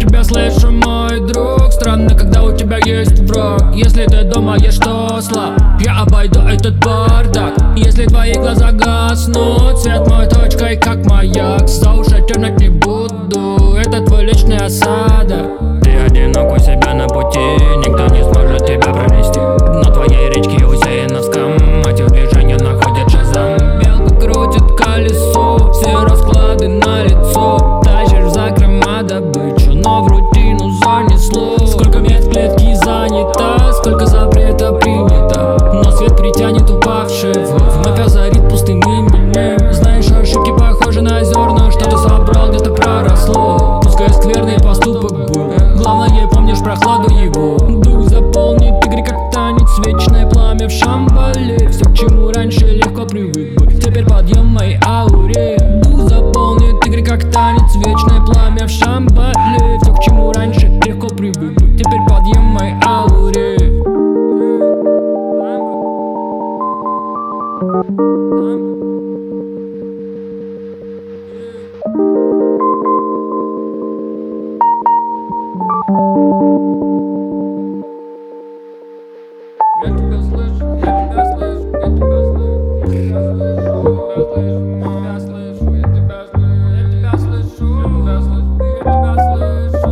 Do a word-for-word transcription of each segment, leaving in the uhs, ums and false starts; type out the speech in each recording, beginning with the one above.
тебя слышу, мой друг. Странно, когда у тебя есть враг. Если ты думаешь, что слаб, я обойду этот бардак. Если твои глаза гаснут, свет мой точкой, как маяк. За уши тянуть не буду, это твой личный осадок. Ты одинок у себя на пути, никто не сможет тебя провести. Дно твоей речки усеяно скам, эти движения находят шазам. Белка крутит колесо, все расклады на лицо. Тащишь за закрома добычу, но в рутину занесло. Сколько мест в клетке занято, сколько запрета принято, но свет притянет упавшего, вновь озарит пустым именем. Знаешь, ошибки похожи на зерна, что ты собрал, где-то проросло. Пускай скверный поступок был, главное помнишь прохладу его. Дух заполнит игры как танец, вечное пламя в Шамбале. Все, к чему раньше легко привык быть, теперь подъем в моей ауре. Дух заполнит игры как танец, вечное пламя в Шамбале. Все, к чему раньше легко привык быть, теперь подъем в моей ауре. Я тебя слышу, я тебя слышу, я тебя слышу, я тебя слышу, я тебя слышу, я тебя слышу, я тебя слышу,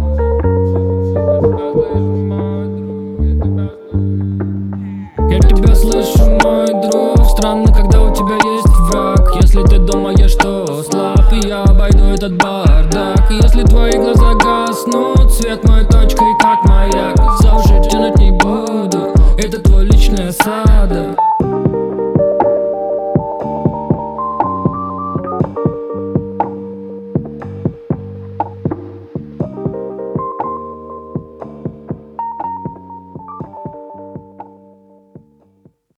я тебя слышу, я тебя слышу, мой друг. Странно, когда у тебя есть враг. Если ты думаешь, что слаб, я обойду этот бардак. Если твои глаза гаснут, свет мой точкой, как маяк. За уши тянуть не буду, это твой личный осадок.